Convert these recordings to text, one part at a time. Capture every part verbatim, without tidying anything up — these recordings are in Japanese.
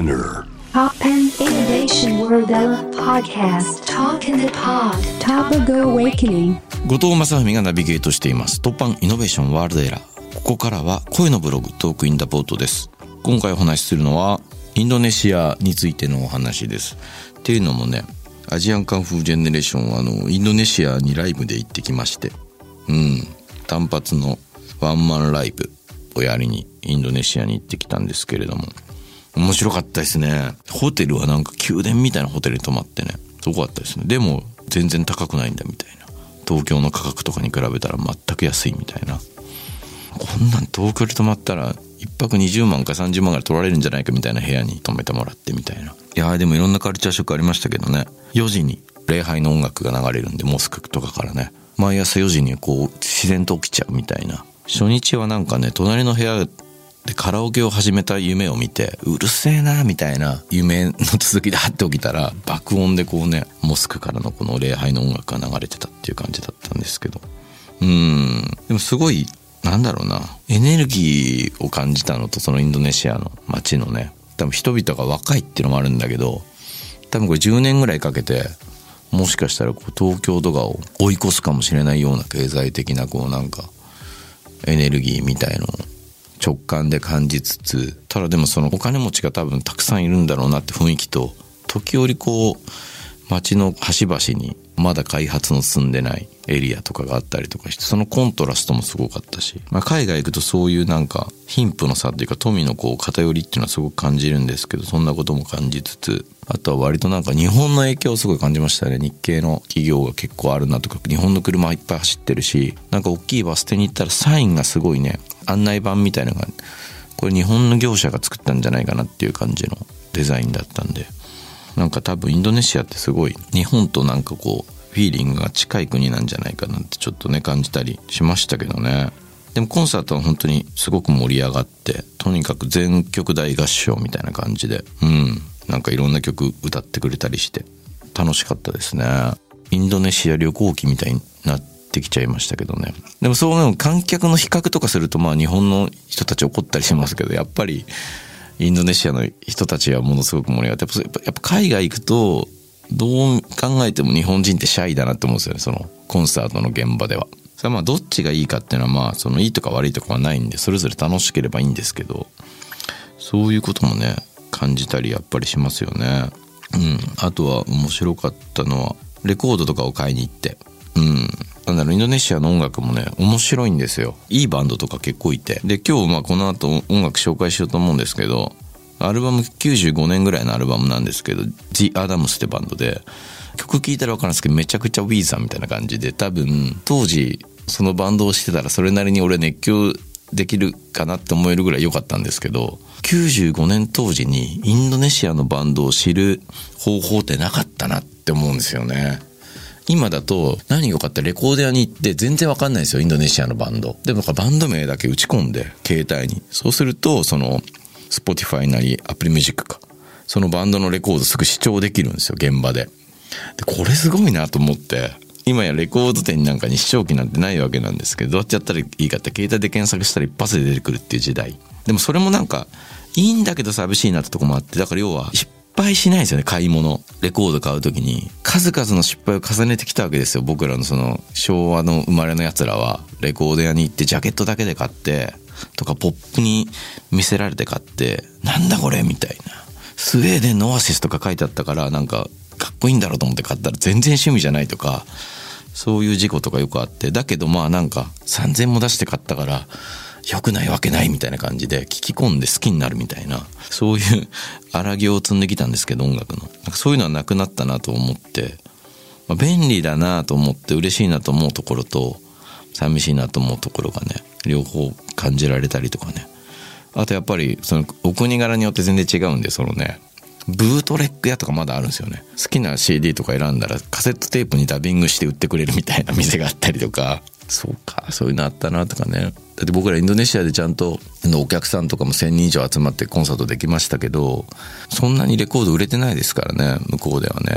Spinner Poppen Innovation World Podcast Talk in the Pod Topical Awakening 後藤正文がナビゲートしています突破イノベーションワールドエラー。ここからは声のブログトークインダポートです。今回お話しするのはインドネシアについてのお話です。っていうのもね、アジアンカンフージェネレーションはあのインドネシアにライブで行ってきまして、うん単発のワンマンライブをやりにインドネシアに行ってきたんですけれども、面白かったですね。ホテルはなんか宮殿みたいなホテルに泊まってね、すごかったですね。でも全然高くないんだみたいな、東京の価格とかに比べたら全く安いみたいな、こんなん東京で泊まったら一泊にじゅうまんかさんじゅうまんぐらい取られるんじゃないかみたいな部屋に泊めてもらってみたいな。いやーでもいろんなカルチャーショックありましたけどね。よじに礼拝の音楽が流れるんで、モスクとかからね、毎朝よじにこう自然と起きちゃうみたいな。初日はなんかね、隣の部屋でカラオケを始めた夢を見て、うるせえなみたいな夢の続きでハッて起きたら爆音でこうね、モスクからのこの礼拝の音楽が流れてたっていう感じだったんですけど、うーんでもすごいなんだろうな、エネルギーを感じたのと、そのインドネシアの街のね、多分人々が若いっていうのもあるんだけど、多分これじゅうねんぐらいかけてもしかしたらこう東京とかを追い越すかもしれないような経済的なこうなんかエネルギーみたいのを直感で感じつつ、ただでもそのお金持ちが多分たくさんいるんだろうなって雰囲気と、時折こう街の端々にまだ開発の進んでないエリアとかがあったりとかして、そのコントラストもすごかったし、まあ、海外行くとそういうなんか貧富の差っていうか富のこう偏りっていうのはすごく感じるんですけど、そんなことも感じつつ、あとは割となんか日本の影響をすごい感じましたね。日系の企業が結構あるなとか、日本の車いっぱい走ってるし、なんか大きいバス停に行ったらサインがすごいね、案内板みたいなのがこれ日本の業者が作ったんじゃないかなっていう感じのデザインだったんで、なんか多分インドネシアってすごい日本となんかこうフィーリングが近い国なんじゃないかなってちょっとね感じたりしましたけどね。でもコンサートは本当にすごく盛り上がって、とにかく全曲大合唱みたいな感じで、うんなんかいろんな曲歌ってくれたりして楽しかったですね。インドネシア旅行記みたいになってきちゃいましたけどね。でもそうね、観客の比較とかするとまあ日本の人たち怒ったりしますけど、やっぱりインドネシアの人たちはものすごく盛り上がって、やっぱ、やっぱ海外行くとどう考えても日本人ってシャイだなって思うんですよね、そのコンサートの現場では。それはまあどっちがいいかっていうのはまあそのいいとか悪いとかはないんで、それぞれ楽しければいいんですけど、そういうこともね感じたりやっぱりしますよね。うんあとは面白かったのはレコードとかを買いに行って、うんなんだろう、インドネシアの音楽もね面白いんですよ。いいバンドとか結構いて、で今日まあこの後音楽紹介しようと思うんですけど、アルバムきゅうじゅうごねんぐらいのアルバムなんですけど、ジ・アダムスってバンドで、曲聴いたら分かるんですけどめちゃくちゃウィーザーみたいな感じで、多分当時そのバンドをしてたらそれなりに俺熱狂できるかなって思えるぐらい良かったんですけど、きゅうじゅうごねん当時にインドネシアのバンドを知る方法ってなかったなって思うんですよね。今だと何が良かったらレコード屋に行って全然わかんないですよ、インドネシアのバンドでもバンド名だけ打ち込んで携帯に、そうするとそのSpotify なり Apple Music か、そのバンドのレコードすぐ視聴できるんですよ現場で。でこれすごいなと思って、今やレコード店なんかに視聴器なんてないわけなんですけど、どうやってやったらいいかって携帯で検索したら一発で出てくるっていう時代でも、それもなんかいいんだけど寂しいなってとこもあって、だから要は失敗しないですよね。買い物レコード買うときに数々の失敗を重ねてきたわけですよ。僕らのその昭和の生まれのやつらはレコード屋に行ってジャケットだけで買ってとか、ポップに見せられて買って、なんだこれみたいな、スウェーデンのオアシスとか書いてあったからなんかかっこいいんだろうと思って買ったら全然趣味じゃないとか、そういう事故とかよくあって、だけどまあなんかさんぜんも出して買ったから良くないわけないみたいな感じで聞き込んで好きになるみたいな、そういう荒行を積んできたんですけど、音楽のなんかそういうのはなくなったなと思って、まあ、便利だなと思って嬉しいなと思うところと寂しいなと思うところがね両方感じられたりとかね。あとやっぱりそのお国柄によって全然違うんで、そのねブートレック屋とかまだあるんですよね。好きな シーディー とか選んだらカセットテープにダビングして売ってくれるみたいな店があったりとか、そうかそういうのあったなとかね。だって僕らインドネシアでちゃんとお客さんとかもせんにん以上集まってコンサートできましたけど、そんなにレコード売れてないですからね向こうではね。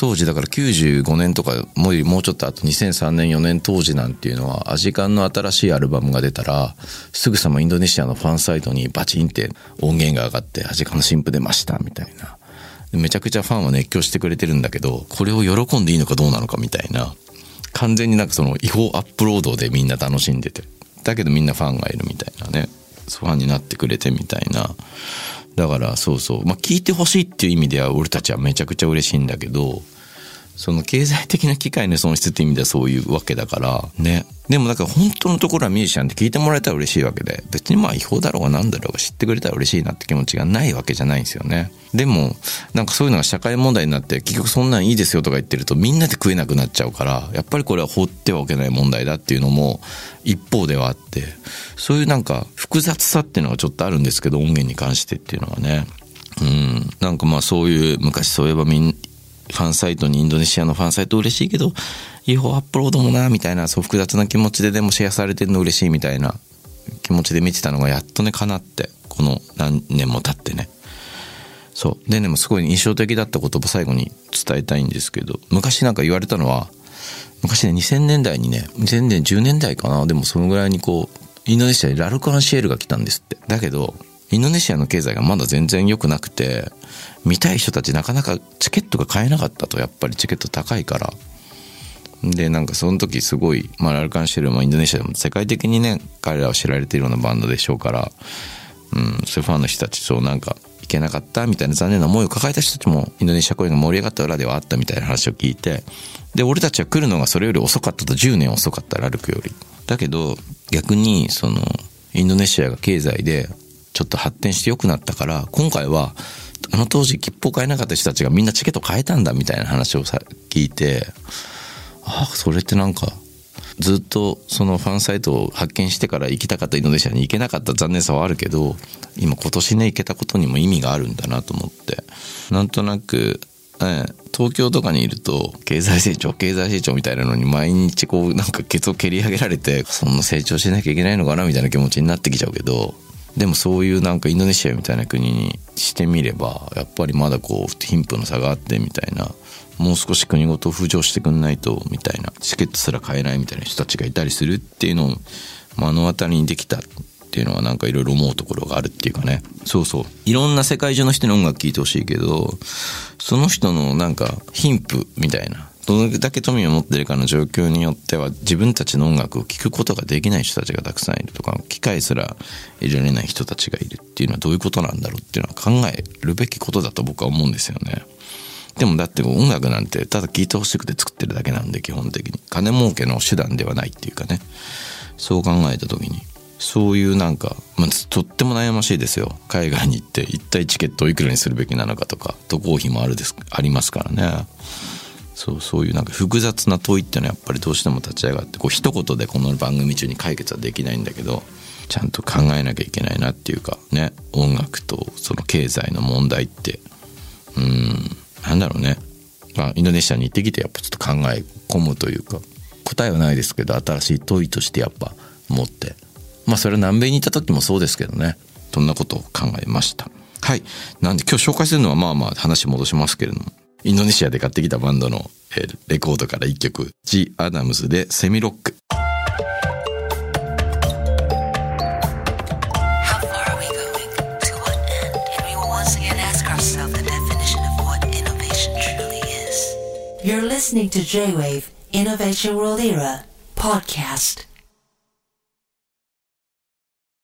当時だからきゅうじゅうごねんとかもうもうちょっとあとにせんさんねんよねん当時なんていうのはアジカンの新しいアルバムが出たらすぐさまインドネシアのファンサイトにバチンって音源が上がってアジカンの新譜出ましたみたいな、めちゃくちゃファンは熱狂してくれてるんだけど、これを喜んでいいのかどうなのかみたいな、完全になんかその違法アップロードでみんな楽しんでて、だけどみんなファンがいるみたいなね、ファンになってくれてみたいな。だからそうそう、まあ聞いてほしいっていう意味では俺たちはめちゃくちゃ嬉しいんだけど、その経済的な機会の損失っていう意味ではそういうわけだからね。でもだから本当のところはミュージシャンって聞いてもらえたら嬉しいわけで、別にまあ違法だろうがなんだろうが知ってくれたら嬉しいなって気持ちがないわけじゃないんですよね。でもなんかそういうのが社会問題になって結局そんなんいいですよとか言ってるとみんなで食えなくなっちゃうから、やっぱりこれは放ってはおけない問題だっていうのも一方ではあって、そういうなんか複雑さっていうのがちょっとあるんですけど、音源に関してっていうのはね。うん、なんかまあそういう昔そういえばみんファンサイトにインドネシアのファンサイト嬉しいけど違法アップロードもなみたいな、そう複雑な気持ちででもシェアされてるの嬉しいみたいな気持ちで見てたのがやっとね叶って、この何年も経ってね。そうでね、もすごい印象的だった言葉最後に伝えたいんですけど、昔なんか言われたのは、昔ねにせんねんだいにねにせんねんじゅうねんだいかな、でもそのぐらいにこうインドネシアにラルクアンシエルが来たんですって。だけどインドネシアの経済がまだ全然良くなくて、見たい人たちなかなかチケットが買えなかったと。やっぱりチケット高いから。でなんかその時すごい、まあ、ラルカンシェルもインドネシアでも世界的にね彼らは知られているようなバンドでしょうから、うん、そういうファンの人たちそうなんか行けなかったみたいな残念な思いを抱えた人たちもインドネシア公演が盛り上がった裏ではあったみたいな話を聞いて、で俺たちは来るのがそれより遅かったと、じゅうねん遅かった、ラルクより。だけど逆にそのインドネシアが経済でちょっと発展して良くなったから、今回はあの当時切符を買えなかった人たちがみんなチケット買えたんだみたいな話をさ聞いて、ああそれってなんかずっとそのファンサイトを発見してから行きたかったインドネシアに行けなかった残念さはあるけど、今今年ね行けたことにも意味があるんだなと思って、なんとなく、ね、東京とかにいると経済成長経済成長みたいなのに毎日こうなんかケツを蹴り上げられて、そんな成長しなきゃいけないのかなみたいな気持ちになってきちゃうけど、でもそういうなんかインドネシアみたいな国にしてみればやっぱりまだこう貧富の差があってみたいな、もう少し国ごと浮上してくんないとみたいな、チケットすら買えないみたいな人たちがいたりするっていうのを目の当たりにできたっていうのはなんかいろいろ思うところがあるっていうかね。そうそう、いろんな世界中の人に音楽聴いてほしいけど、その人のなんか貧富みたいな、どれだけ富を持ってるかの状況によっては自分たちの音楽を聴くことができない人たちがたくさんいるとか、機会すら得られない人たちがいるっていうのはどういうことなんだろうっていうのは考えるべきことだと僕は思うんですよね。でもだって音楽なんてただ聴いてほしくて作ってるだけなんで、基本的に金儲けの手段ではないっていうかね、そう考えた時にそういうなんか、まあ、とっても悩ましいですよ。海外に行って一体チケットをいくらにするべきなのかとか渡航費もあるですありますからね。そうそういうなんか複雑な問いっていうのはやっぱりどうしても立ち上がって、こう一言でこの番組中に解決はできないんだけど、ちゃんと考えなきゃいけないなっていうかね、音楽とその経済の問題ってうーんなんだろうね、まあ、インドネシアに行ってきてやっぱちょっと考え込むというか、答えはないですけど新しい問いとしてやっぱ持って、まあそれは南米にいた時もそうですけどね、そんなことを考えました。はい。なんで今日紹介するのはまあまあ話戻しますけれども、インドネシアで買ってきたバンドのレコードから一曲、ジ・アダムスでセミロック。 You're listening to J-Wave Innovation World Era podcast.